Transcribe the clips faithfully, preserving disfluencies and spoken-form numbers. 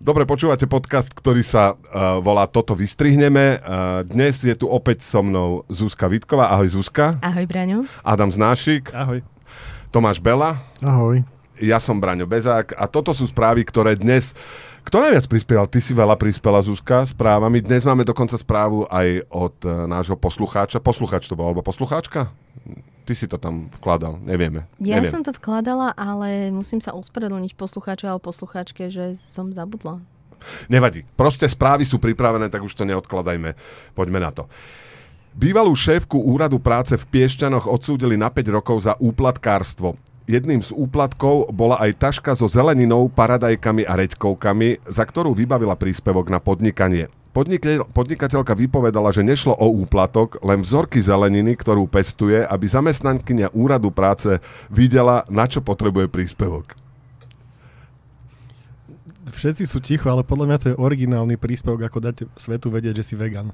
Dobre, počúvate podcast, ktorý sa uh, volá Toto vystrihneme. Uh, dnes je tu opäť so mnou Zuzka Vítková. Ahoj Zuzka. Ahoj Braňo. Adam Znášik. Ahoj. Tomáš Bela. Ahoj. Ja som Braňo Bezák a toto sú správy, ktoré dnes... Kto najviac prispieval? Ty si veľa prispela, Zuzka, správami. Dnes máme dokonca správu aj od uh, nášho poslucháča. Poslucháč to bol, alebo poslucháčka? Ty si to tam vkladal, nevieme. Ja Neviem. som to vkladala, ale musím sa ospravedlniť poslucháču alebo poslucháčke, že som zabudla. Nevadí. Proste správy sú pripravené, tak už to neodkladajme. Poďme na to. Bývalú šéfku úradu práce v Piešťanoch odsúdili na päť rokov za úplatkárstvo. Jedným z úplatkov bola aj taška so zeleninou, paradajkami a reďkovkami, za ktorú vybavila príspevok na podnikanie. Podnikateľ, podnikateľka vypovedala, že nešlo o úplatok, len vzorky zeleniny, ktorú pestuje, aby zamestnankyňa úradu práce videla, na čo potrebuje príspevok. Všetci sú ticho, ale podľa mňa to je originálny príspevok, ako dať svetu vedieť, že si vegan.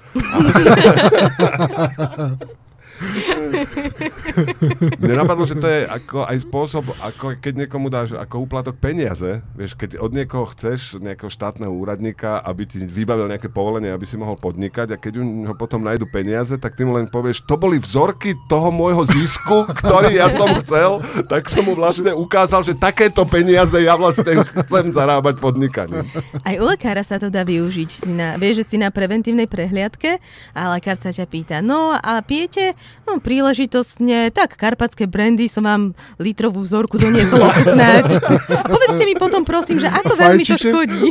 Mne napadlo, že to je ako aj spôsob, ako keď niekomu dáš ako úplatok peniaze. Vieš, keď od niekoho chceš, nejakého štátneho úradníka, aby ti vybavil nejaké povolenie, aby si mohol podnikať, a keď ho potom nájdu peniaze, tak ty mu len povieš, to boli vzorky toho môjho zisku, ktorý ja som chcel, tak som mu vlastne ukázal, že takéto peniaze ja vlastne chcem zarábať podnikaním. Aj u lekára sa to dá využiť. Si na, vieš, že si na preventívnej prehliadke a lekár sa ťa pýta, no a pijete? No, príležitostne, tak karpatské brandy som vám litrovú vzorku doniesol ochutnať. A povedzte mi potom, prosím, že ako veľmi to škodí.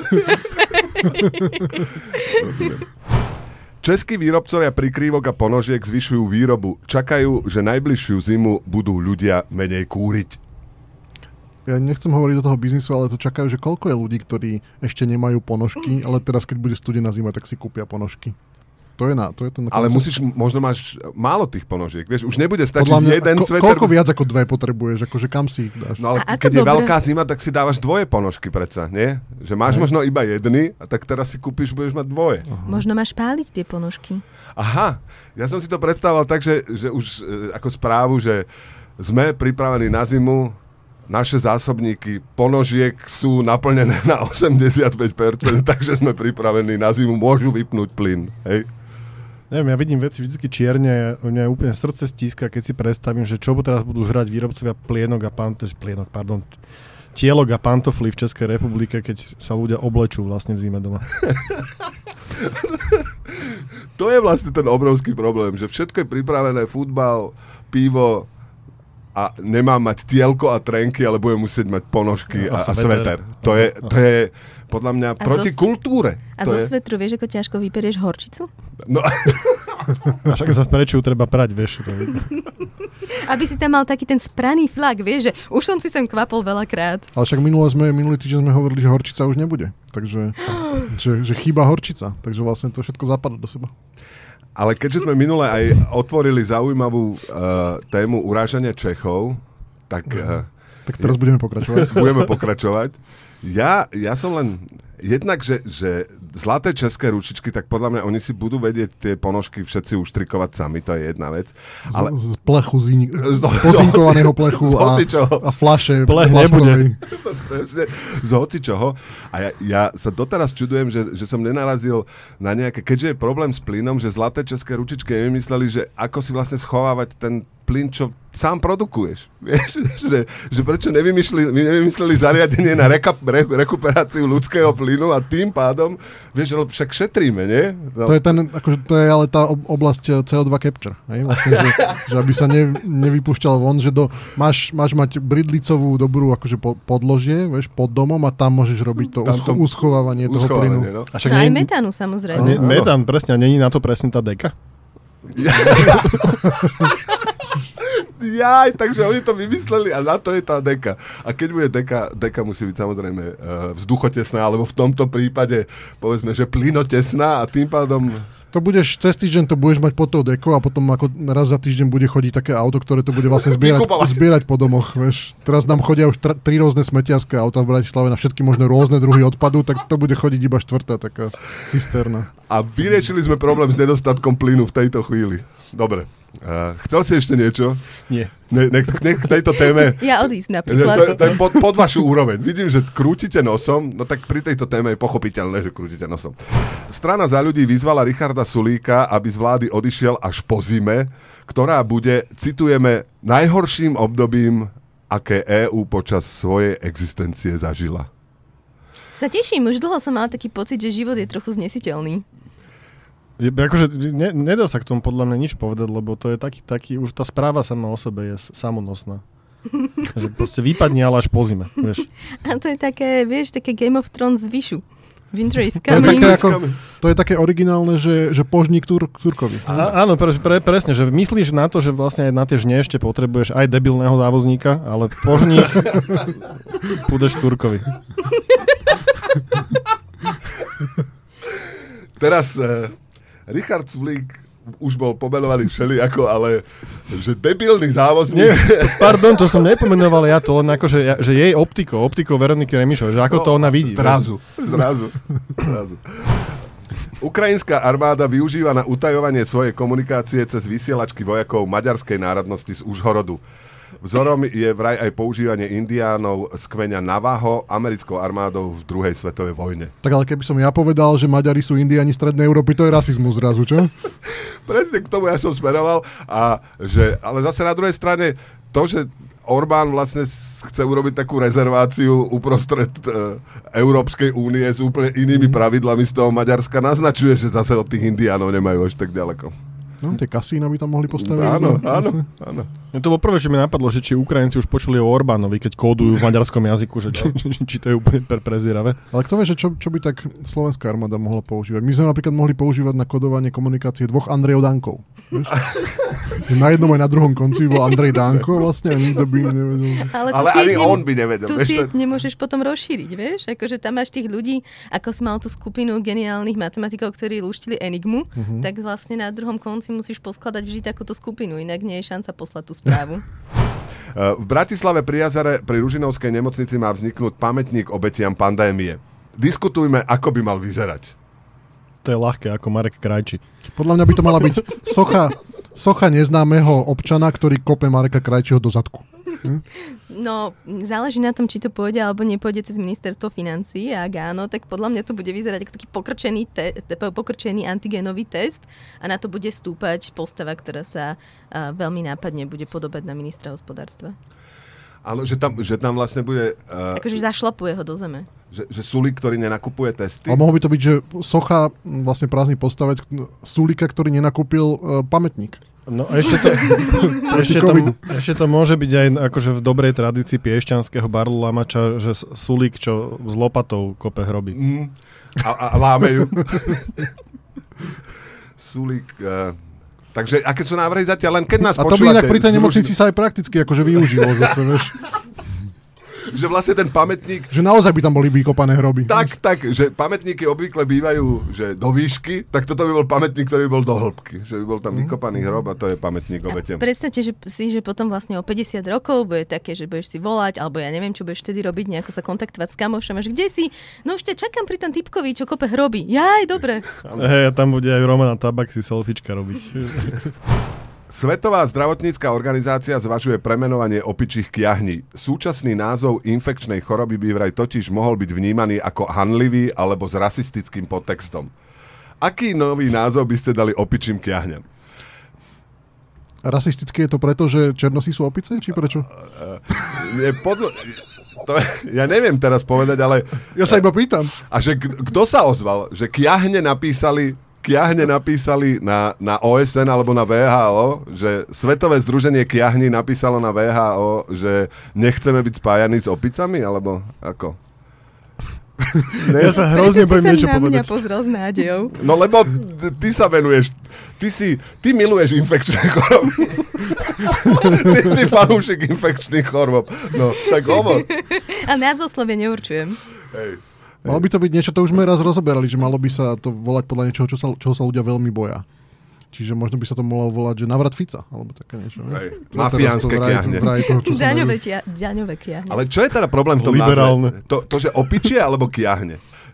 Českí výrobcovia prikrývok a ponožiek zvyšujú výrobu. Čakajú, že najbližšiu zimu budú ľudia menej kúriť. Ja nechcem hovoriť do toho biznisu, ale to čakajú, že koľko je ľudí, ktorí ešte nemajú ponožky, ale teraz, keď bude studená zima, tak si kúpia ponožky. To je na, to je ten ale koncept. Musíš, možno máš málo tých ponožiek, vieš, už nebude stačiť mňa, jeden ko, sveter. Koľko viac ako dve potrebuješ, akože kam si ich dáš? No ale keď je veľká zima, tak si dávaš dvoje ponožky predsa, nie? Že máš Aj. možno iba jedny, a tak teraz si kúpiš, budeš mať dvoje. Aha. Možno máš páliť tie ponožky. Aha, ja som si to predstavoval tak, že, že už e, ako správu, že sme pripravení na zimu, naše zásobníky ponožiek sú naplnené na osemdesiatpäť percent, takže sme pripravení na zimu, môžu vypnúť plyn, hej? Neviem, ja vidím veci vždy čierne, mňa úplne srdce stíska, keď si predstavím, že čo teraz budú žrať výrobcovia plienok a pantoflí, plienok, pardon, tielok a pantoflí v Českej republike, keď sa ľudia oblečú vlastne v zime doma. To je vlastne ten obrovský problém, že všetko je pripravené, futbal, pivo a nemám mať tielko a trenky, ale budem musieť mať ponožky a, a, a sveter. To je, to je podľa mňa a proti zo, kultúre. A to zo je... svetru vieš, ako ťažko vyperieš horčicu? No. A však za prečo treba prať, vieš. To aby si tam mal taký ten spraný flak, vieš, že už som si sem kvapol veľakrát. Ale však minulé sme, minulý týždeň sme hovorili, že horčica už nebude. Takže že, že chýba horčica. Takže vlastne to všetko zapadá do seba. Ale keďže sme minule aj otvorili zaujímavú uh, tému urážania Čechov, tak... Uh, tak teraz je, budeme pokračovať. Budeme pokračovať. Ja, ja som len... Jednak, že, že zlaté české ručičky, tak podľa mňa oni si budú vedieť tie ponožky všetci uštrikovať sami, to je jedna vec. Ale... Z, z plechu, z, in... z pozinkovaného plechu a, a flaše plastovej. Z hocičoho. A ja, ja sa doteraz čudujem, že, že som nenarazil na nejaké, keďže je problém s plynom, že zlaté české ručičky vymysleli, že ako si vlastne schovávať ten plyn, čo sám produkuješ. Vieš, že, že prečo nevymysleli, nevymysleli zariadenie na reka, re, rekuperáciu ľudského plynu a tým pádom, vieš, však šetríme, nie? No. To je ten, akože to je ale tá oblasť cé ó dva capture, hej? Vlastne, že, že aby sa ne, nevypúšťal von, že do, máš, máš mať bridlicovú dobrú akože po, podložie, vieš, pod domom a tam môžeš robiť to uscho, uschovávanie toho plynu. No. A však no, aj metánu, samozrejme. Ne, metán, presne, a není na to presne tá deka? Jaj, takže oni to vymysleli a na to je tá deka. A keď bude deka, deka musí byť samozrejme uh, vzduchotesná, alebo v tomto prípade povedzme, že plynotesná a tým pádom... To budeš, cez týždeň to budeš mať pod tou dekou a potom ako raz za týždeň bude chodiť také auto, ktoré to bude vlastne zbierať, zbierať po domoch. Vieš. Teraz nám chodia už tra, tri rôzne smetiarské auta v Bratislave na všetky možné rôzne druhy odpadu, tak to bude chodiť iba štvrtá taká cisterna. A vyriešili sme problém s nedostatkom plynu v tejto chvíli. Dobre. Uh, chcel si ešte niečo? Nie. Ne, ne, ne, k tejto téme. Ja odísť napríklad. To, to je pod, pod vašu úroveň. Vidím, že krútite nosom, no tak pri tejto téme je pochopiteľné, že krútite nosom. Strana Za ľudí vyzvala Richarda Sulíka, aby z vlády odišiel až po zime, ktorá bude, citujeme, najhorším obdobím, aké EÚ počas svojej existencie zažila. Sa teším, už dlho som mala taký pocit, že život je trochu znesiteľný. Je, akože ne, nedá sa k tomu podľa mňa nič povedať, lebo to je taký, taký už tá správa sama o sebe je samonosná. Že proste vypadne, ale až po zime, vieš. A to je také, vieš, také Game of Thrones zvyšu. Winter is To je, coming. také, ako, to je také originálne, že, že požník tur, Turkovi. A, áno, pre, pre, presne, že myslíš na to, že vlastne aj na tie žne ešte potrebuješ aj debilného závozníka, ale požník pôjdeš Turkovi. Teraz... Eh... Richard Sulík už bol pomenovaný všelijako, ale že debilný závozník... Nie, pardon, to som nepomenoval ja, to len ako, že, ja, že jej optikou, optikou Veroniky Remišovej, že ako no, to ona vidí. Zrazu, zrazu, zrazu. Ukrajinská armáda využíva na utajovanie svojej komunikácie cez vysielačky vojakov maďarskej národnosti z Užhorodu. Vzorom je vraj aj používanie indiánov z kmeňa Navajo americkou armádou v druhej svetovej vojne. Tak ale keby som ja povedal, že Maďari sú indiáni strednej Európy, to je rasizmus zrazu, čo? Presne k tomu ja som smeroval. A že, ale zase na druhej strane to, že Orbán vlastne chce urobiť takú rezerváciu uprostred e, Európskej únie s úplne inými pravidlami z toho Maďarska, naznačuje, že zase od tých indiánov nemajú až tak ďaleko. No, tie kasína by tam mohli postaviť. Áno, áno, áno. To bolo prvé, že mi napadlo, že či Ukrajinci už počuli o Orbánovi, keď kódujú v maďarskom jazyku, že či, či, či to je úplne pre prezieravé. Ale kto vie, že čo, čo by tak slovenská armáda mohla používať? My sme napríklad mohli používať na kodovanie komunikácie dvoch Andrejov Dánkov. Na jednom aj na druhom konci bol Andrej Dánko vlastne a nikto by nevedel. Ale, Ale ani nem- on by nevedel. Tu vieš, sieť ten... nemôžeš potom rozšíriť, vieš? Akože tam máš tých ľudí, ako si mal tú skupinu geniálnych matematikov, ktorí lúštili Enigmu, uh-huh. tak vlastne na druhom konci musíš poskladať vždy takúto skupinu, inak nie je šanca poslať tú správu. V Bratislave pri jazere pri Ružinovskej nemocnici má vzniknúť pamätník obetiam pandémie. Diskutujme, ako by mal vyzerať. To je ľahké, ako Marek Krajčí. Podľa mňa by to mala byť socha, socha neznámeho občana, ktorý kope Mareka Krajčího do zadku. Hm? No, záleží na tom, či to pôjde alebo nepôjde cez ministerstvo financií. A ak áno, tak podľa mňa to bude vyzerať ako taký pokrčený, te- pokrčený antigénový test a na to bude stúpať postava, ktorá sa uh, veľmi nápadne bude podobať na ministra hospodárstva. Áno, že tam, že tam vlastne bude... Uh, akože zašlapuje ho do zeme. Že, že Sulík, ktorý nenakupuje testy. Ale mohol by to byť, že socha vlastne prázdny postavec Sulíka, ktorý nenakúpil uh, pamätník. No ešte to, ešte, to, ešte to môže byť aj akože v dobrej tradícii piešťanského barlamača, že Sulík, čo s lopatou kope hroby. Mm, a, a láme ju. Sulík... Uh, takže aké sú návrhy zatiaľ? Len keď nás a to počúvate... by inak pri tej nemocnici sa aj prakticky akože využilo zase, vieš. Že vlastne ten pamätník... Že naozaj by tam boli vykopané hroby. Tak, tak, že pamätníky obvykle bývajú že do výšky, tak toto by bol pamätník, ktorý by bol do hĺbky. Že by bol tam vykopaný hrob a to je pamätník obetiam. Predstavte že si, že potom vlastne o päťdesiat rokov bude také, že budeš si volať, alebo ja neviem, čo budeš vtedy robiť, nejako sa kontaktovať s kamošom, až kde si? No už te čakám pri tom typkovi, čo kope hroby. Jaj, dobre. Hej, tam bude aj Romana Tabak si selfiečka robiť. Svetová zdravotnícka organizácia zvažuje premenovanie opičích kiahní. Súčasný názov infekčnej choroby by vraj totiž mohol byť vnímaný ako hanlivý alebo s rasistickým podtextom. Aký nový názov by ste dali opičím kiahňam? Rasistické je to preto, že černosí sú opice? Či prečo? Je podľa... To, ja neviem teraz povedať, ale... Ja sa iba pýtam. A že kto sa ozval? Že kiahne napísali... Kiahne napísali na, na ó es en alebo na vé há ó, že Svetové združenie kiahní napísalo na vé há ó, že nechceme byť spájaní s opicami, alebo ako? Ne, ja sa hrozne bojím niečo povedať. Prečo si sa na mňa pozrel s nádejou? No lebo ty sa venuješ, ty si, ty miluješ infekčné choroby. Ty si fanúšik infekčných chorôb. No, tak hovor. Ale názvoslovie neurčujem. Hej. Malo by to byť niečo, to už sme raz rozoberali, že malo by sa to volať podľa niečoho, čo sa, čoho sa ľudia veľmi boja. Čiže možno by sa to mohlo volať, že navrat Fica, alebo také niečo. Mafiánske kiahne. Daňové, tia, daňové kiahne. Ale čo je teda problém v tom Liberálne. názve? To, to, že opičie alebo kiahne?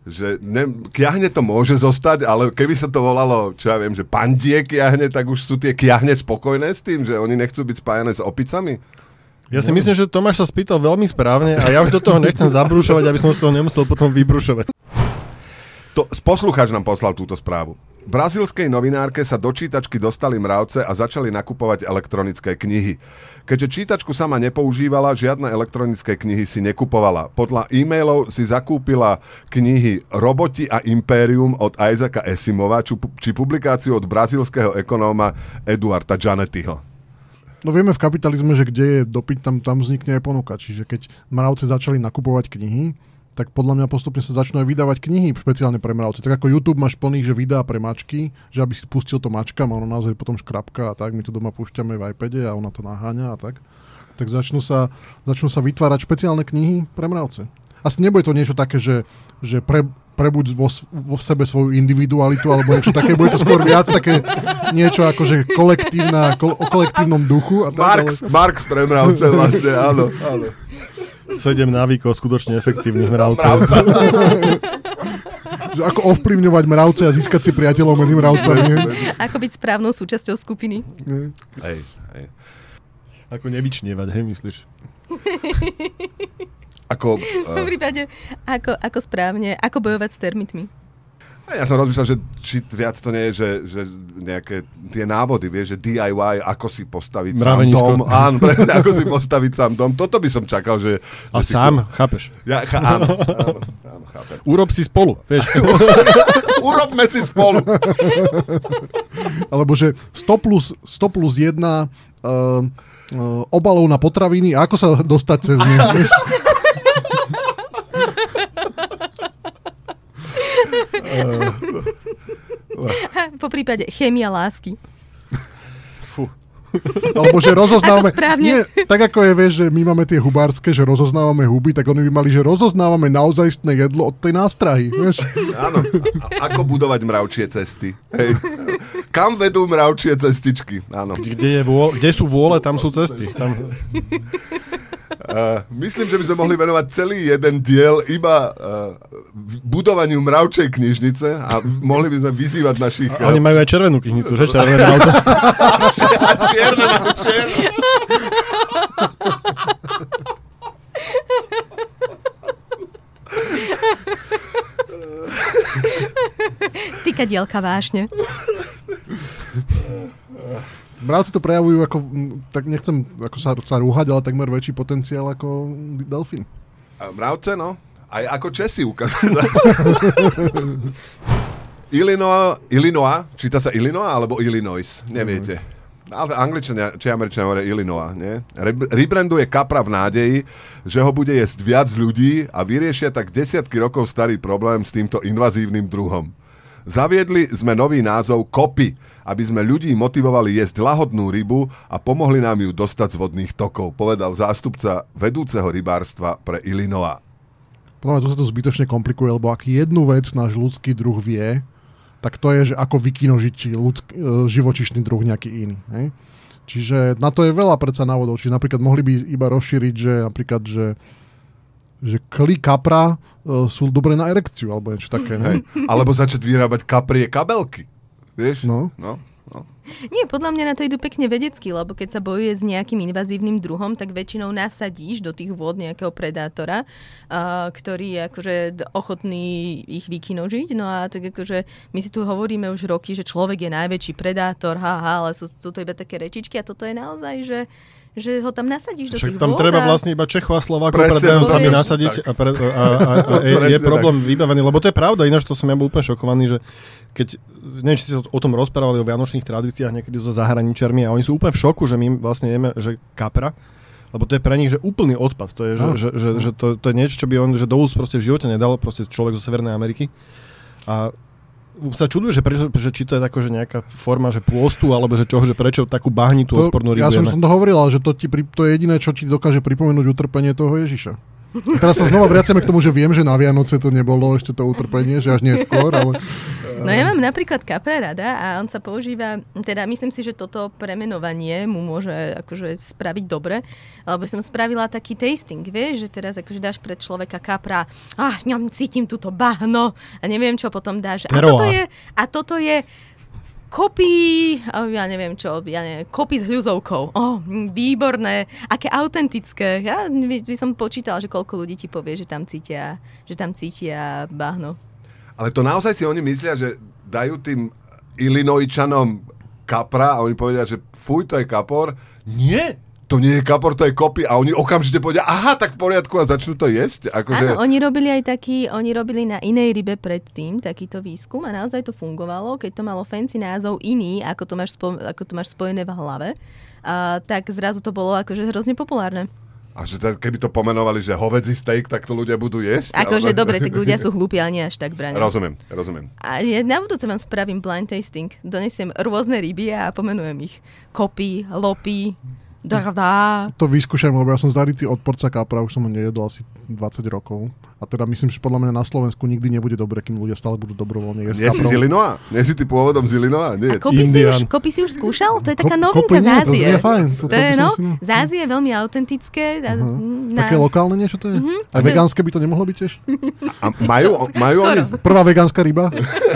že ne, kiahne to môže zostať, ale keby sa to volalo, čo ja viem, že pandie kiahne, tak už sú tie kiahne spokojné s tým, že oni nechcú byť spájané s opicami? Ja si no. myslím, že Tomáš sa spýtal veľmi správne a ja už do toho nechcem zabrušovať, aby som z toho nemusel potom vybrušovať. To, poslucháč nám poslal túto správu. Brazílskej novinárke sa do čítačky dostali mravce a začali nakupovať elektronické knihy. Keďže čítačku sama nepoužívala, žiadne elektronické knihy si nekupovala. Podľa e-mailov si zakúpila knihy Roboti a impérium od Isaaca Asimova, či, či publikáciu od brazílskeho ekonóma Eduarda Janettiho. No vieme v kapitalizme, že kde je dopyt, tam, tam vznikne aj ponuka. Čiže keď mravce začali nakupovať knihy, tak podľa mňa postupne sa začnú aj vydávať knihy špeciálne pre mravce. Tak ako YouTube máš plných, že videá pre mačky, že aby si pustil to mačkám a ono naozaj potom škrapka a tak, my to doma púšťame v iPade a ona to naháňa a tak. Tak začnú sa, začnú sa vytvárať špeciálne knihy pre mravce. Asi nebude to niečo také, že, že pre, prebuď vo, vo sebe svoju individualitu alebo niečo také, bude to skôr viac také niečo ako, že kolektívna, ko, o kolektívnom duchu. A tak, Marx, ale... Marx pre mravce vlastne, áno, áno. Sedem návykov skutočne efektívnych mravcov. Že ako ovplyvňovať mravce a získať si priateľov medzi mravcami. Ako byť správnou súčasťou skupiny. Hej, hej. Ako nevyčnievať, hej, myslíš? Ako... Uh... V prípade, ako, ako správne, ako bojovať s termitmi. Ja som rozmýšľal, že či viac to nie je, že, že nejaké tie návody, vieš, že dé í vaj, ako si postaviť Mravenisko. sám dom. Áno, presne, ako si postaviť sám dom. Toto by som čakal, že... A že sám, si... chápeš? Ja, ch- áno, áno, áno, chápem. Urob si spolu, vieš. Urobme si spolu. Alebo že sto plus jedna uh, uh, obalov na potraviny a ako sa dostať cez ne, vieš? Po prípade chémia lásky. Fú. Alebo že rozoznávame... Ako správne. Nie, tak ako je, vieš, že my máme tie hubárske, že rozoznávame huby, tak oni by mali, že rozoznávame naozajstné jedlo od tej nástrahy, vieš? Áno. A ako budovať mravčie cesty? Hej. Kam vedú mravčie cestičky? Áno. Kde, je vôle, kde sú vôle, tam sú cesty. Tam... Uh, myslím, že by sme mohli venovať celý jeden diel iba uh, budovaniu mravčej knižnice a mohli by sme vyzývať našich... A oni majú aj červenú knižnicu, že? Červené mravce. A čierna na čierna. Týka dielka vášne. Mravci to prejavujú ako, tak nechcem ako sa, sa rúhať, ale takmer väčší potenciál ako delfín. A mravce, no. Aj ako Česi ukazujú. Illinois, Illinois, číta sa Illinois alebo Illinois? Neviete. Ale Angličania či Američania hovoria Illinois, nie? Rebranduje kapra v nádeji, že ho bude jesť viac ľudí a vyriešia tak desiatky rokov starý problém s týmto invazívnym druhom. Zaviedli sme nový názov Kopy, aby sme ľudí motivovali jesť lahodnú rybu a pomohli nám ju dostať z vodných tokov, povedal zástupca vedúceho rybárstva pre Illinois. Podľa mňa tu sa to zbytočne komplikuje, lebo ak jednu vec náš ľudský druh vie, tak to je, že ako vykinožiť ľudský, živočišný druh nejaký iný. Hej? Čiže na to je veľa predsa návodov. Čiže napríklad mohli by iba rozšíriť, že napríklad, že, že kly kapra uh, sú dobré na erekciu, alebo niečo také. Ne? Alebo začať vyrábať kaprie kabelky. Vieš? No. No, no. Nie, podľa mňa na to idú pekne vedecky, lebo keď sa bojuje s nejakým invazívnym druhom, tak väčšinou nasadíš do tých vôd nejakého predátora, uh, ktorý je akože ochotný ich vykinožiť. No a tak akože my si tu hovoríme už roky, že človek je najväčší predátor, haha, ale sú, sú to iba také rečičky a toto je naozaj, že že ho tam nasadíš do Však tých tam vôd. treba a... vlastne iba Čechov a Slovákov Presne, pred Vianocami no, nasadiť a, pre, a, a, a je, je problém tak vybavený. Lebo to je pravda, ináč to som ja bol úplne šokovaný, že keď, neviem, či si o tom rozprávali o vianočných tradíciách niekedy so zahraničarmi a oni sú úplne v šoku, že my vlastne jeme, že kapra, lebo to je pre nich že úplný odpad. To je, že, že, že, že to, to je niečo, čo by on že do úst proste v živote nedal, proste človek zo Severnej Ameriky. A sa čudujú, že, prečo, že či to je tako, že nejaká forma, že pôstu, alebo že čo, že prečo takú bahnitú odpornú rybu. Ja som, som to hovoril, že to, ti, to je jediné, čo ti dokáže pripomenúť utrpenie toho Ježiša. A teraz sa znova vraciame k tomu, že viem, že na Vianoce to nebolo ešte to utrpenie, že až neskôr, ale... No ja mám napríklad kapra rada a on sa používa, teda myslím si, že toto premenovanie mu môže akože spraviť dobre, lebo som spravila taký tasting, vieš, že teraz akože dáš pred človeka kapra, ah, ňam, cítim túto bahno a neviem čo, potom dáš. A toto je, a toto je kopy, ja neviem čo, ja neviem, kopy s hľuzovkou. Oh, výborné, aké autentické. Ja by, by som počítala, že koľko ľudí ti povie, že tam cítia, že tam cítia bahno. Ale to naozaj si oni myslia, že dajú tým Illinoisčanom kapra a oni povedia, že fuj, to je kapor. Nie, to nie je kapor, to je kopy a oni okamžite povedia, aha, tak v poriadku a začnú to jesť. Akože... Áno, oni robili aj taký, oni robili na inej rybe predtým takýto výskum a naozaj to fungovalo, keď to malo fancy názov iný, ako to máš, spo, ako to máš spojené v hlave, a, tak zrazu to bolo akože hrozne populárne. A že t- keby to pomenovali, že hovedzí steak, tak to ľudia budú jesť? Akože ale... dobre, tak ľudia sú hlúpi, ale nie až tak braňo. Rozumiem, rozumiem. A ja na budúce vám spravím blind tasting. Donesiem rôzne ryby a pomenujem ich. Kopy, lopy, drdá. To vyskúšam, lebo ja som zarytý odporca kapra, už som ho nejedol asi dvadsať rokov. A teda myslím, že podľa mňa na Slovensku nikdy nebude dobre, kým ľudia stále budú dobrovoľne jesť Nie kaprov. si z Illinois? Nie si ty pôvodom z Illinois? Nie. A kopy si, už, kopy si už skúšal? To je taká Kop, novinka z Ázie. To je fajn. To, to je, no, si... z Ázie je veľmi autentické. Uh-huh. Na... Také lokálne niečo to je? Uh-huh. A vegánske by to nemohlo byť tiež? A majú, majú oni... Prvá vegánska ryba?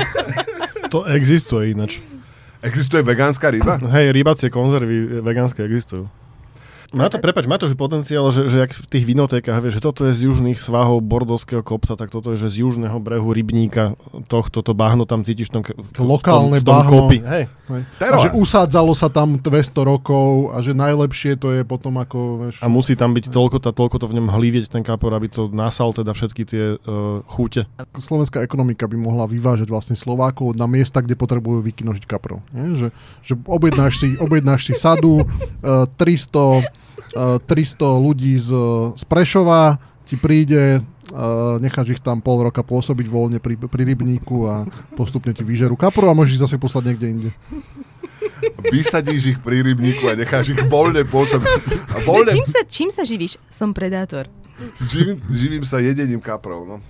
To existuje ináč. Existuje vegánska ryba? Hej, rybacie konzervy vegánske existujú. Má to, prepáč, má to že potenciál, že, že jak v tých vinotékach, vieš, že toto je z južných svahov Bordovského kopca, tak toto je, že z južného brehu rybníka tohto to bahno tam cítiš v tom, lokálne v tom, v tom bahno. kopy. Hej. Hej. A že usádzalo sa tam dvesto rokov a že najlepšie to je potom ako... Vieš, a musí tam byť toľko, tá, toľko to v ňom hlívieť ten kapor, aby to nasal teda všetky tie uh, chúte. Slovenská ekonomika by mohla vyvážať vlastne Slovákov na miesta, kde potrebujú vykinožiť kaprov. Nie? Že, že objednáš, si, objednáš si sadu, uh, tristo Uh, tristo ľudí z, z Prešova ti príde, uh, necháš ich tam pol roka pôsobiť voľne pri, pri rybníku a postupne ti vyžerú kapru a môžeš ich zase poslať niekde inde. Vysadíš ich pri rybníku a necháš ich voľne pôsobiť. A voľne... Čím, sa, čím sa živíš? Som predátor. Živím, živím sa jedením kaprov. No.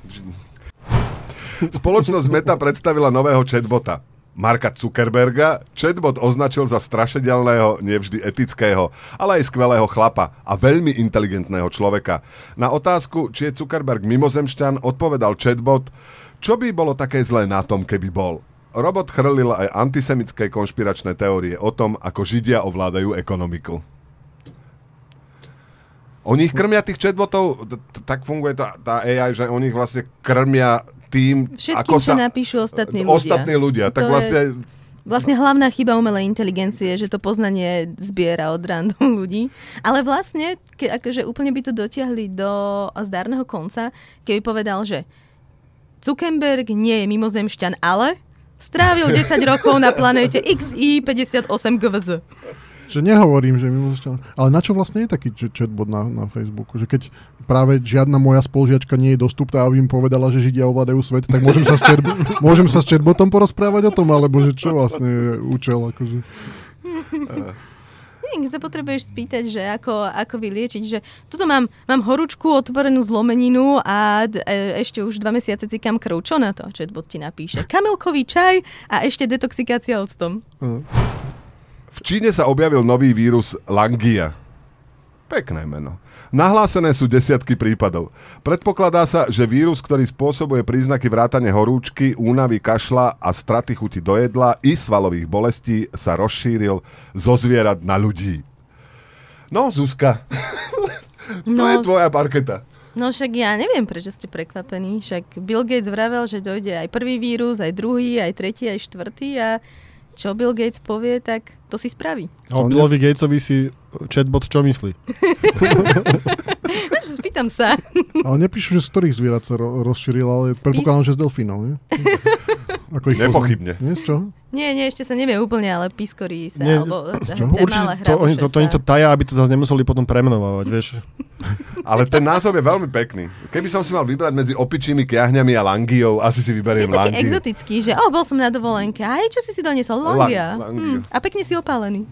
Spoločnosť Meta predstavila nového chatbota. Marka Zuckerberga chatbot označil za strašidelného, nevždy etického, ale aj skvelého chlapa a veľmi inteligentného človeka. Na otázku, či je Zuckerberg mimozemšťan, odpovedal chatbot, čo by bolo také zlé na tom, keby bol. Robot chrlil aj antisemické konšpiračné teórie o tom, ako Židia ovládajú ekonomiku. Oni ich krmia tých chatbotov, tak funguje tá, tá á í, že oni ich vlastne krmia tým, všetkým, ako sa... čo napíšu ostatní ľudia. Ostatní ľudia, tak to vlastne... Je vlastne hlavná chyba umelej inteligencie, že to poznanie zbiera od random ľudí. Ale vlastne, ke, akože úplne by to dotiahli do zdárneho konca, keby povedal, že Zuckerberg nie je mimozemšťan, ale strávil desať rokov na planéte iks í päťdesiatosem gé vé zet. Že nehovorím, že mimozemšťan. Ale na čo vlastne je taký chatbot na, na Facebooku? Že keď práve žiadna moja spolužiačka nie je dostupná, aby im povedala, že Židia ovládajú svet, tak môžem sa s, chat, môžem sa s chatbotom porozprávať o tom? Alebo že čo vlastne je účel? Akože... Nie, sa potrebuješ spýtať, že ako, ako vyliečiť, že tuto mám, mám horúčku, otvorenú zlomeninu a d- e, ešte už dva mesiace cikám krv. Čo na to? Chatbot ti napíše. Kamilkový čaj a ešte detoxikácia octom. Uh. V Číne sa objavil nový vírus Langia. Pekné meno. Nahlásené sú desiatky prípadov. Predpokladá sa, že vírus, ktorý spôsobuje príznaky vrátane horúčky, únavy, kašla a straty chuti do jedla i svalových bolestí, sa rozšíril zo zvierat na ľudí. No, Zuzka, to No. je tvoja parketa. No však ja neviem, prečo ste prekvapení. Však Bill Gates vravel, že dojde aj prvý vírus, aj druhý, aj tretí, aj štvrtý a čo Bill Gates povie, tak to si spraví. A o Billovi Gatesovi si chatbot čo myslí? Spýtam sa. Ale nepíšu, že z ktorých zvierat sa ro- rozšíril, ale Spis... predpokladám, že z delfínov, nie? Ako ich Nepochybne. Poznám. Nie, z čoho? Nie, nie, ešte sa nevie úplne, ale pískorí sa, Nie, alebo čo? tie Určite malé to, oni, to, to, oni to sa. taja, aby to zase nemuseli potom premenovať, vieš. Ale ten názov je veľmi pekný. Keby som si mal vybrať medzi opičími kiahňami a langiou, asi si Je vyberiem taký langiu. exotický, že o, bol som na dovolenke. Aj, čo si si doniesol? Langia. La- langiu. Hm, a pekne si opálený.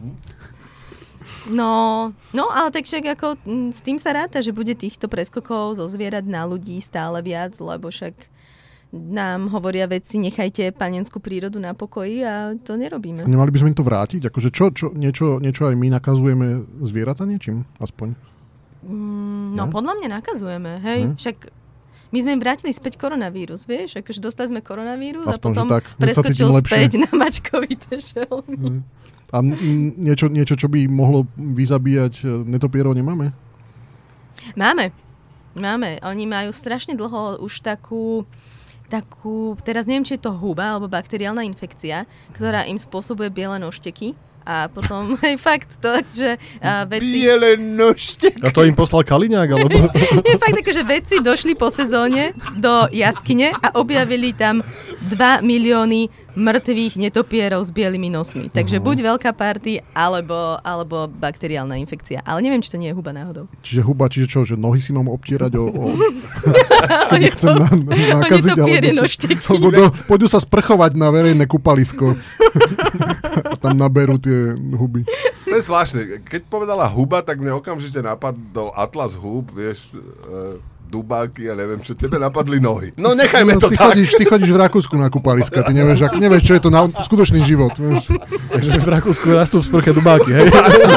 No, no, ale tak však ako m, s tým sa ráta, že bude týchto preskokov zo zvierat na ľudí stále viac, lebo však nám hovoria vedci, nechajte panenskú prírodu na pokoji a to nerobíme. Nemali by sme im to vrátiť? Akože čo, čo, niečo, niečo aj my nakazujeme zvieratá niečím? Aspoň? Mm, no, no, podľa mňa nakazujeme, hej. Hm? Však my sme im vrátili späť koronavírus, vieš? Akože dostali sme koronavírus aspoň, a potom tak, preskočil späť na mačkovité šelmy. A niečo, niečo, čo by mohlo vyzabíjať netopierov, nemáme? Máme. Máme. Oni majú strašne dlho už takú... takú, teraz neviem, či je to huba alebo bakteriálna infekcia, ktorá im spôsobuje biele nožteky. A potom, hej, fakt, to, že uh, vedci... Biele nožteky. A to im poslal Kaliňák, alebo... Nie, fakt, že vedci došli po sezóne do jaskyne a objavili tam dva milióny mŕtvych netopierov s bielými nosmi. Takže uh-huh. buď veľká party, alebo, alebo bakteriálna infekcia. Ale neviem, či to nie je huba náhodou. Čiže huba, čiže čo, že nohy si mám obtierať o... o... Keď nechcem na, nakaziť, alebo, alebo do, pôjdu sa sprchovať na verejné kúpalisko. A tam naberú tie huby. To je zvláštne. Keď povedala huba, tak mne okamžite napadol Atlas hub, vieš... E- dubáky a neviem čo, tebe napadli nohy. No nechajme no, to ty tak. Chodíš, ty chodíš v Rakúsku na kúpaliska, ty nevieš, ak, nevieš čo je to na, skutočný život. Vieš. Takže v Rakúsku rastú v sprche dubáky, hej?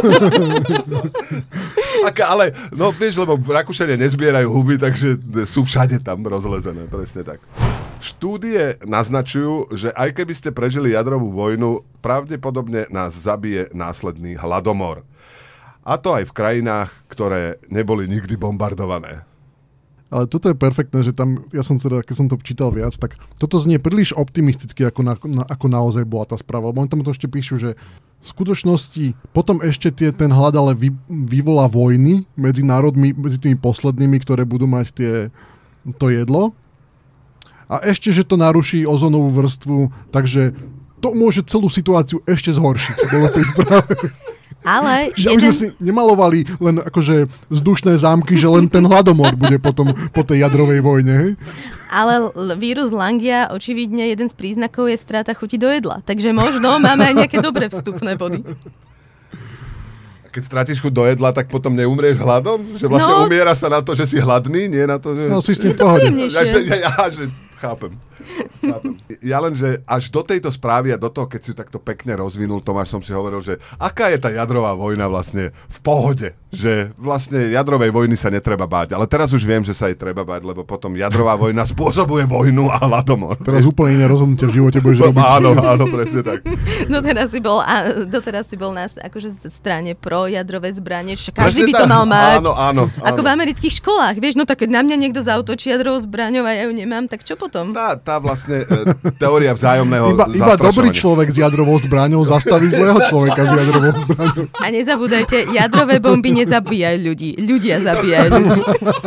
Aká, ale, no vieš, lebo Rakúšania nezbierajú huby, takže sú všade tam rozlezené, presne tak. Štúdie naznačujú, že aj keby ste prežili jadrovú vojnu, pravdepodobne nás zabije následný hladomor. A to aj v krajinách, ktoré neboli nikdy bombardované. Ale toto je perfektné, že tam, ja som teda, keď som to čítal viac, tak toto znie príliš optimisticky, ako, na, na, ako naozaj bola tá správa. Lebo oni tam to ešte píšu, že v skutočnosti potom ešte tie, ten hlad ale vy, vyvolá vojny medzi národmi, medzi tými poslednými, ktoré budú mať tie, to jedlo. A ešte, že to naruší ozónovú vrstvu, takže to môže celú situáciu ešte zhoršiť. Bolo v tej správe. Ale že jeden... už sme si nemalovali len akože vzdušné zámky, že len ten hladomor bude potom po tej jadrovej vojne. Hej? Ale vírus Langia, očividne jeden z príznakov je strata chuti do jedla. Takže možno máme aj nejaké dobré vstupné body. Keď stratíš chuť do jedla, tak potom neumrieš hladom? Že vlastne no, umiera sa na to, že si hladný, nie na to, že... No si s tým v pohode. Ja, že, ja, ja, že chápem. chápem. Ja len, že až do tejto správy a do toho, keď si takto pekne rozvinul, Tomáš, som si hovoril, že aká je tá jadrová vojna vlastne v pohode. Že vlastne jadrovej vojny sa netreba báť. Ale teraz už viem, že sa jej treba báť, lebo potom jadrová vojna spôsobuje vojnu a hladomor. Teraz úplne iné rozhodnutie v živote budeš robiť. Áno, áno, presne tak. Doteraz si bol, a, doteraz si bol na akože strane pro jadrové zbranie. Každý by to mal mať. Áno, áno, áno. Ako v amerických školách. Vieš, no tak keď na mňa niekto zautočí jadrovou zbraňou a ja ju nemám, tak čo potom? Tá, tá vlastne e, teória vzájomného iba, iba dobrý človek s jadrovou zbraňou zastaví zlého človeka s jadrovou zbraňou. A nezabúdajte, jadrové bomby nezabíjajú ľudí. Ľudia zabíjajú ľudí.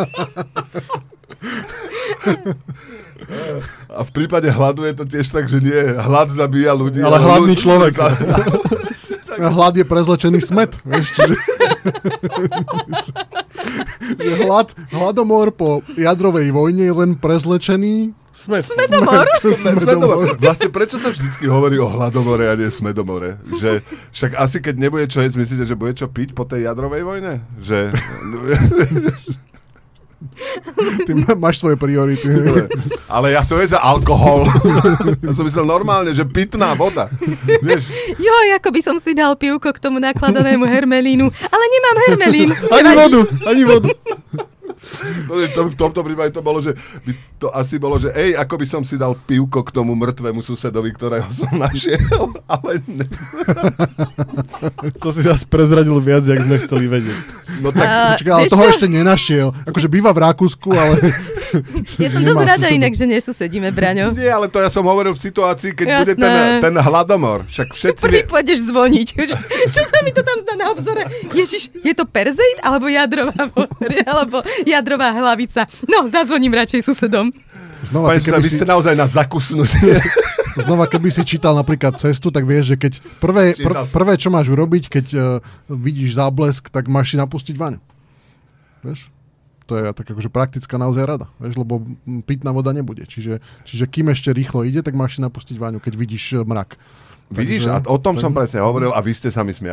A v prípade hladu je to tiež tak, že nie hlad zabíja ľudí. Ale hladný ľudí, človek. Hlad je prezlečený smet. Vieš, čiže... že hlad, hladomor po jadrovej vojne je len prezlečený Smet. Smedomor? Smet, smedomor. Vlastne prečo sa vždycky hovorí o hladomore a nie smedomore? Že však asi keď nebude čo jesť, myslíte, že bude čo piť po tej jadrovej vojne? Že... Ty máš svoje priority. Ale ja som nie za alkohol. Ja som myslel normálne, že pitná voda. Vieš? Joj, ako by som si dal pivko k tomu nakladanému hermelínu. Ale nemám hermelín. Ani vodu, ani vodu. No, to, v tomto prípade to bolo, že by to asi bolo, že ej, ako by som si dal pivko k tomu mŕtvemu susedovi, ktorého som našiel, ale ne. To si zase prezradil viac, jak sme chceli vedieť. No tak, uh, Počkaj, ale toho čo? Ešte nenašiel. Akože býva v Rakúsku, ale... Ja som dosť rada inak, že nesusedíme, Braňo. Nie, ale to ja som hovoril v situácii, keď Jasné. bude ten, ten hladomor. Však všetci... Prvý vie... pôjdeš zvoniť. Čo sa mi to tam zdá na obzore? Ježiš, je to perzeit, alebo jadrová alebo jadrová hlavica? No, zazvoním radšej susedom. Znova, Pane, vy si... ste naozaj na zakusnutie. Znova, keby si čítal napríklad Cestu, tak vieš, že keď prvé, pr- prvé čo máš urobiť, keď uh, vidíš záblesk, tak máš si napustiť vaňu. Vieš? To je tak akože praktická naozaj rada, vieš, lebo pitná voda nebude. Čiže, čiže kým ešte rýchlo ide, tak máš si napustiť vaňu, keď vidíš mrak. Vidíš, takže, a o tom tak... som presne hovoril a vy ste sa mi smiali.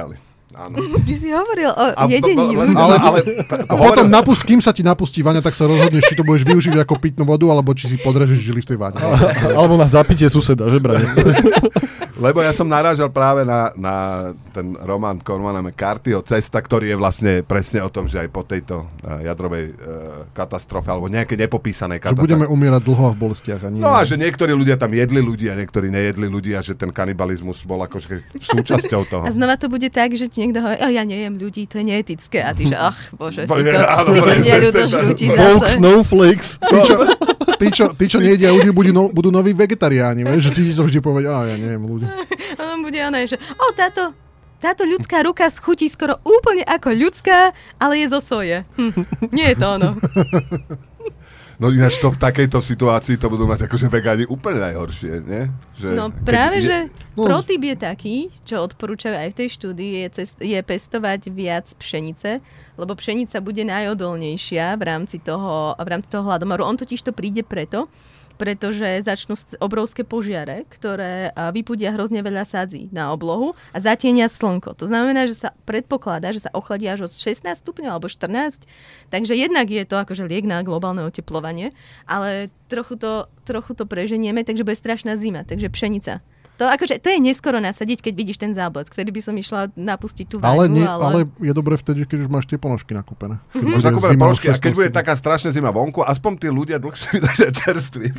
Áno. Či si hovoril o A, jedení. ale, ľudí. ale, A potom napust, kým sa ti napustí vaňa, tak sa rozhodneš, či to budeš využiť ako pitnú vodu, alebo či si podrežeš žily v tej vaňe. Alebo na zapitie suseda, že brane? Lebo ja som narážal práve na, na ten román Cormana McCarthyho Cesta, ktorý je vlastne presne o tom, že aj po tejto uh, jadrovej uh, katastrofe, alebo nejakej nepopísanej Že katastrofe. budeme umierať dlho a v bolestiach. A nie. No a že niektorí ľudia tam jedli ľudí a niektorí nejedli ľudí a že ten kanibalizmus bol akože súčasťou toho. A znova to bude tak, že ti niekto hovorí, o, ja nejem ľudí, to je neetické. A ty, že ach, bože, Bo- ty to, áno, ty to presne, neľudožrúti Folk zase. snowflakes. Tí, čo, tí, čo, tí, čo nejedia ľudí, budú, no, budú noví vegetariáni, vieš? Že ti to vždy povedia, a ja neviem ľudí. A on bude oné, že o, táto, táto ľudská ruka schutí skoro úplne ako ľudská, ale je zo soje. Hm, nie je to ono. No ináč to v takejto situácii to budú mať akože vegáni úplne najhoršie, nie? Že No keď práve, ide- že No, protyp je taký, čo odporúčajú aj v tej štúdii, je, cest, je pestovať viac pšenice, lebo pšenica bude najodolnejšia v rámci toho, v rámci toho hladomoru. On totiž to príde preto, pretože začnú s- obrovské požiare, ktoré a, vypudia hrozne veľa sadzí na oblohu a zatienia slnko. To znamená, že sa predpokladá, že sa ochladí až od šestnásť stupňov alebo štrnásť. Takže jednak je to akože liek na globálne oteplovanie, ale trochu to, trochu to preženieme, takže bude strašná zima. Takže pšenica. To, akože, to je neskoro nasadiť, keď vidíš ten záblesk. Vtedy by som išla napustiť tú Ale, vaňu, nie, ale... ale je dobré vtedy, keď už máš tie ponožky nakúpené. Keď Už bude nakúpené zima ponožky, a keď šestnásť bude taká strašná zima vonku, aspoň tí ľudia dlhšie vydržia čerství.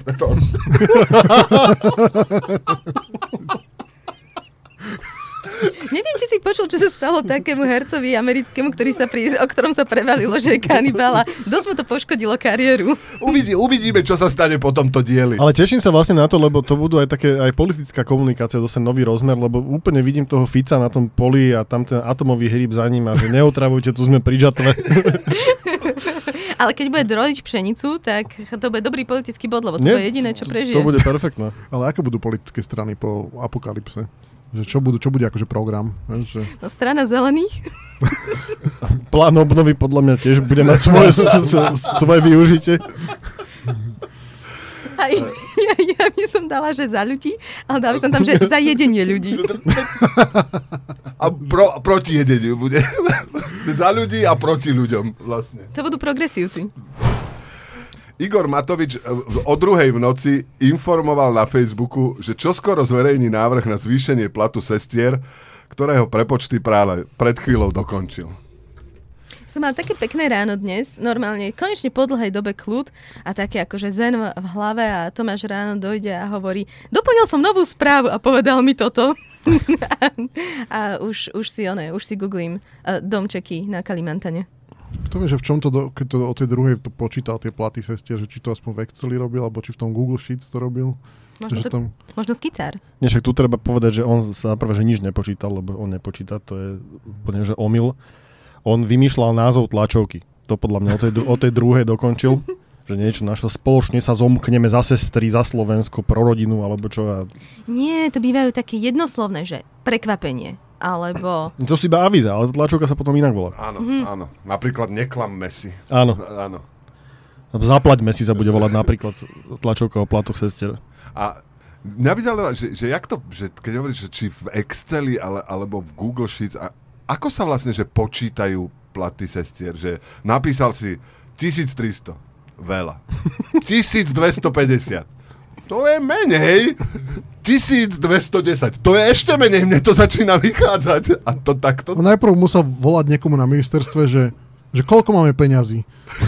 Neviem, či si počul, čo sa stalo takému hercovi americkému, ktorý sa pri, o ktorom sa prevalilo, že je kanibál a dosť mu to poškodilo kariéru. Uvidí, uvidíme, čo sa stane po tomto dieli. Ale teším sa vlastne na to, lebo to budú aj také, aj politická komunikácia, zase nový rozmer, lebo úplne vidím toho Fica na tom poli a tam ten atomový hríb za ním a že neotravujte, tu sme pri žatve. Ale keď bude droliť pšenicu, tak to bude dobrý politický bod, lebo to Nie, bude jediné, čo prežije. To bude perfektné. Ale aké budú politické strany po apokalypse? Že čo, budú, čo bude akože program? Vieš, že... No, strana zelených. Plán obnovy podľa mňa tiež bude mať svoje, s, s, s, svoje využitie. A ja, ja by som dala, že za ľudí, ale dala by som tam, že za jedenie ľudí. A pro, proti jedeniu bude. Za ľudí a proti ľuďom vlastne. To budú progresívci. Igor Matovič o druhej v noci informoval na Facebooku, že čoskoro zverejní návrh na zvýšenie platu sestier, ktorého prepočty práve pred chvíľou dokončil. Som mala také pekné ráno dnes, normálne, konečne po dlhej dobe kľud a také akože zen v hlave a Tomáš ráno dojde a hovorí, doplnil som novú správu a povedal mi toto. a už, už si one, už si googlím uh, domčeky na Kalimantane. Kto vie, že v čom to, do, keď to o tej druhej to počítal tie platy sestier, že či to aspoň v Exceli robil, alebo či v tom Google Sheets to robil? Možno, Že to, tam... možno skicár. Nie, však tu treba povedať, že on sa prvé, že nič nepočítal, lebo on nepočíta, to je úplne, že omyl. On vymýšľal názov tlačovky. To podľa mňa o tej, o tej druhej dokončil, že niečo našiel. Spoločne sa zomkneme za sestry, za Slovensko, pro rodinu, alebo čo. A... Nie, to bývajú také jednoslovné, že prekvapenie. Alebo... To si iba avíza, ale tlačovka sa potom inak volá. Áno, mm-hmm. áno. Napríklad neklamme si. Áno. Áno. Zaplaťme si sa bude volať napríklad tlačovka o platoch sestier. A mňa by zaujímalo, že, že jak to, že keď hovoríš, že či v Exceli ale, alebo v Google Sheets, a ako sa vlastne, že počítajú platy sestier, že napísal si tisíctristo, veľa. tisícdvestopäťdesiat, to je menej. tisícdvestodesať, to je ešte menej, mne to začína vychádzať. A to takto... On najprv musel volať niekomu na ministerstve, že, že koľko máme peňazí.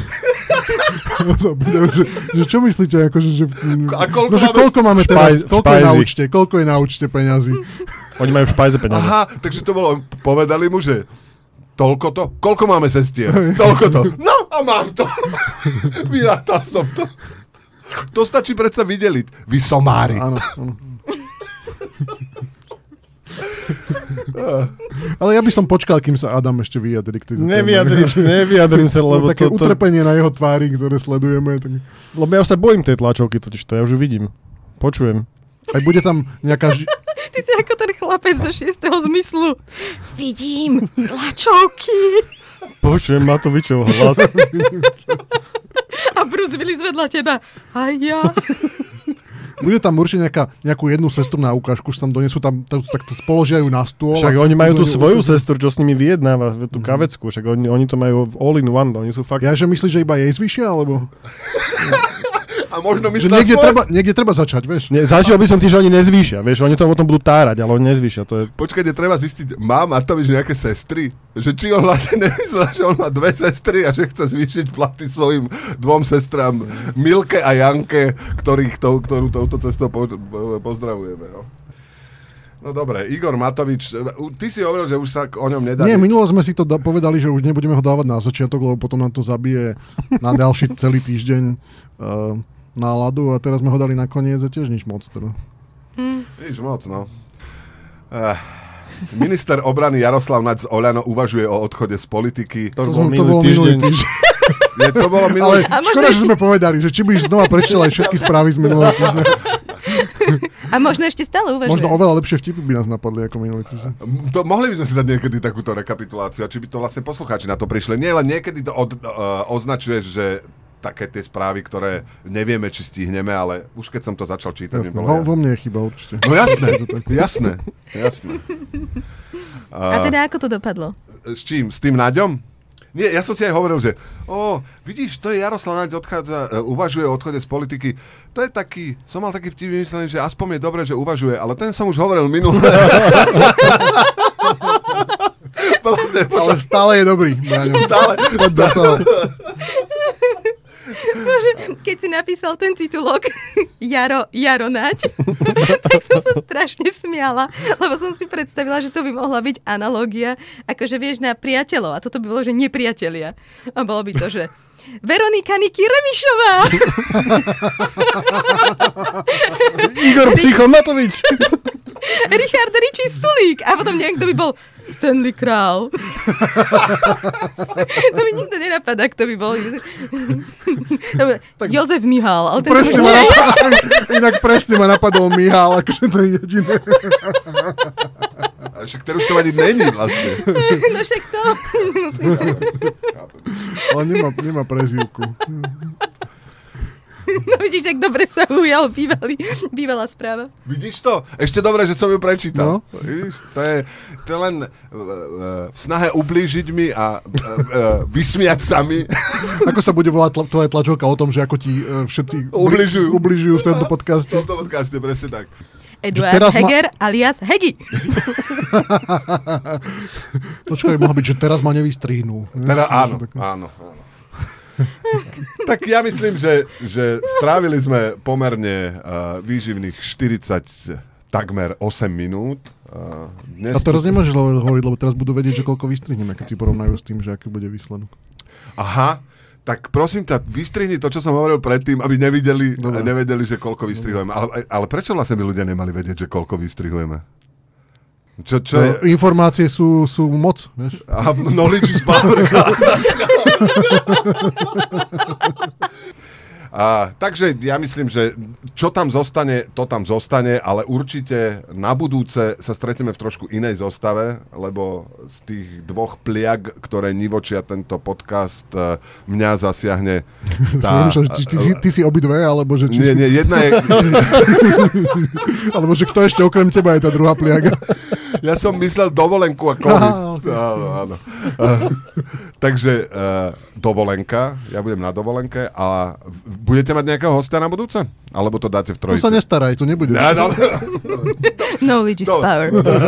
že, že čo myslíte? Akože, že, A koľko no, že máme- koľko máme teraz? Špajz- Koľko je na špajzy. účte? Koľko je na účte peňazí? Oni majú v špajze peniaze. Aha, takže to bolo, povedali mu, že toľko to? Koľko máme sestier? Toľko to. No a mám to. Vyrátal som to. To stačí predsa videliť. Vy somári. Áno, áno. Ale ja by som počkal, kým sa Adam ešte vyjadri k tejto téme. Nevyjadrím, nevyjadrím sa, lebo také to, to, utrpenie na jeho tvári, ktoré sledujeme. Tak... lebo ja sa bojím tej tlačovky, totiž to ja už ju vidím. Počujem. Aj bude tam nejaká... Ži... Ty si ako ten chlapec zo šiesteho zmyslu. Vidím tlačovky. Počujem Matovičov hlas. A Bruce Willis vedľa teba. A ja. Bude tam určite nejaká, nejakú jednu sestru na ukážku, že tam donesú, tam, tak, tak to položia ju na stôl. Však oni majú tú svoju sestru, čo s nimi vyjednáva, tú kavecku, však oni, oni to majú all in one, oni sú fakt... Ja, že myslíš, že iba jej zvýšia, alebo... A možno že niekde, treba, niekde treba začať, vieš. Nie, začal by som tým, že oni nezvýšia, vieš, oni to potom budú tárať, ale oni nezvýšia, to je... Počkajte, treba zistiť, má Matovič nejaké sestry? Že či on vlastne nemyslel, že on má dve sestry a že chce zvýšiť platy svojim dvom sestrám Milke a Janke, ktorých to, ktorú touto cestou po, pozdravujeme, no. No dobre, Igor Matovič, ty si hovoril, že už sa o ňom nedá... Nie, minulo sme si to da- povedali, že už nebudeme ho dávať na začiatok, lebo potom nám to zabije na ďalší celý týždeň uh, náladu a teraz sme ho dali nakoniec a tiež nič moc. Teda. Hmm. Nič moc, no. Uh, minister obrany Jaroslav Naď z Oľano uvažuje o odchode z politiky. To, To, bol to minulý bolo týždeň. minulý týždeň. Je, to bolo minulý... Ale škoda, že sme povedali, že či budeš znova prečítať všetky správy z minulého týždňa. A možno ešte stále uvažuje. Možno oveľa lepšie vtipy by nás napadli ako minulý týždeň. To, mohli by sme si dať niekedy takúto rekapituláciu a či by to vlastne poslucháči na to prišli. Nie, len niekedy to od, uh, označuješ, že také tie správy, ktoré nevieme, či stihneme, ale už keď som to začal čítať, Jasné, nebolo vo, ja. vo mne je chyba určite. No jasné, jasné, jasné. A teda ako to dopadlo? S čím? S tým Naďom? Nie, ja som si aj hovoril, že o, vidíš, to je Jaroslav Naď odchádza, uh, uvažuje o odchode z politiky. To je taký, som mal taký vtip vymyslený, že aspoň je dobré, že uvažuje, ale ten som už hovoril minulé. Vlastne, Ale stále je dobrý. Braňo. stále, stále. Bože, keď si napísal ten titulok Jaro, Jaro Naď, tak som sa strašne smiala, lebo som si predstavila, že to by mohla byť analógia, akože vieš, na priateľov. A toto by bolo, že nepriatelia. A bolo by to, že Veronika Niky Remišová. Igor Psycho Matovič. Richard Ričí Sulík. A potom neviem, kto by bol Stanley Král. To mi nikto nenapadá, kto by bol. Tak... Jozef Mihál. Ale ten Presne ma napadol, inak presne ma napadol Mihál, akože to je jediné. A však ten už to ani není vlastne. No však to. Ale nemá, nemá prezývku. No vidíš, jak dobre sa ujal bývalý, bývalá správa. Vidíš to? Ešte dobre, že som ju prečítal. No. Vidíš? To je, to je len uh, uh, v snahe ublížiť mi a uh, uh, vysmiať sa mi. Ako sa bude volať tla, tvoja tlačovka o tom, že ako ti uh, všetci Ubližujú. ubližujú v tomto V podcaste? tomto podcaste, presne tak. Eduard teraz ma- Heger alias Hegi. Počkaj, mohla byť, že teraz ma nevystrihnú. Teda, áno, áno, áno. Tak ja myslím, že, že strávili sme pomerne uh, výživných štyridsať, takmer osem minút. Uh, dnes A teraz nemôžeš hovoriť, lebo teraz budú vedieť, že koľko vystrihneme, keď si porovnajú s tým, že aký bude výsledok. Aha, tak prosím ťa, vystrihni to, čo som hovoril predtým, aby nevideli, Dobre. nevedeli, že koľko vystrihujeme. Ale, ale prečo vlastne by ľudia nemali vedieť, že koľko vystrihujeme? Čo, čo je... No, informácie sú, sú moc, vieš? A knowledge is power. A, takže ja myslím, že čo tam zostane, to tam zostane, ale určite na budúce sa stretneme v trošku inej zostave, lebo z tých dvoch pliag, ktoré nivočia tento podcast, mňa zasiahne tá... Som, či, ty, ty, ty si obidve, alebo že... Či... Nie, nie, jedna je... alebo že kto ešte okrem teba je tá druhá pliaga? Ja som myslel dovolenku a COVID. Aha, okay. Áno, áno. Uh, takže uh, dovolenka, ja budem na dovolenke a v- budete mať nejakého hostia na budúce? Alebo to dáte v Tu trojici? sa nestaraj, tu nebude. Ja, no. Knowledge is No. power.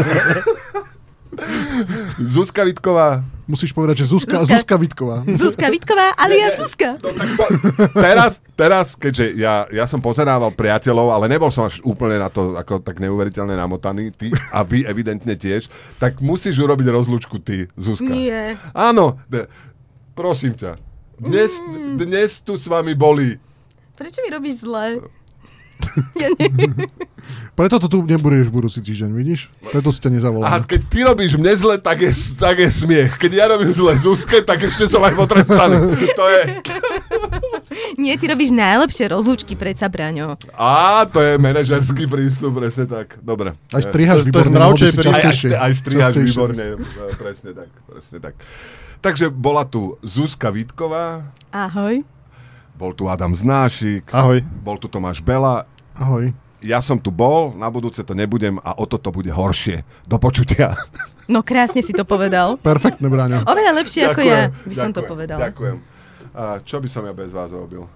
Zuzka Vitková. Musíš povedať, že Zuzka, Zuzka. Zuzka Vitková. Zuzka Vitková alias Zuzka. No, tak po, teraz, teraz, keďže ja, ja som pozerával Priateľov, ale nebol som až úplne na to ako tak neuveriteľne namotaný, ty a vy evidentne tiež, tak musíš urobiť rozlúčku ty, Zuzka. Nie. Áno, de, prosím ťa. Dnes, dnes tu s vami boli. Prečo mi robíš zle? Ja neviem. Preto to tu nebudeš budúci týždeň, vidíš? Preto si ťa A nezavoláme. keď ty robíš mne zle, tak je, tak je smiech. Keď ja robím zle Zuzke, tak ešte som aj potrestaný. To je... Nie, ty robíš najlepšie rozlúčky predsa, Braňo. Á, to je manažerský prístup, presne tak. Dobre. Aj strihaš To je- to je výborne, mravčej mohol by si prístup. Aj, aj, častejšie. aj strihaš Častejšie. výborne. Presne tak, presne tak. Takže bola tu Zuzka Vitková, Ahoj. bol tu Adam Znášik, Ahoj. bol tu Tomáš Bela Ahoj. ja som tu bol, na budúce to nebudem a o toto bude horšie. Do počutia. No krásne si to povedal. Perfektne, Braňo. Oveľa lepšie ako Ďakujem, ja by som ďakujem, to povedal. Ďakujem. A čo by som ja bez vás robil?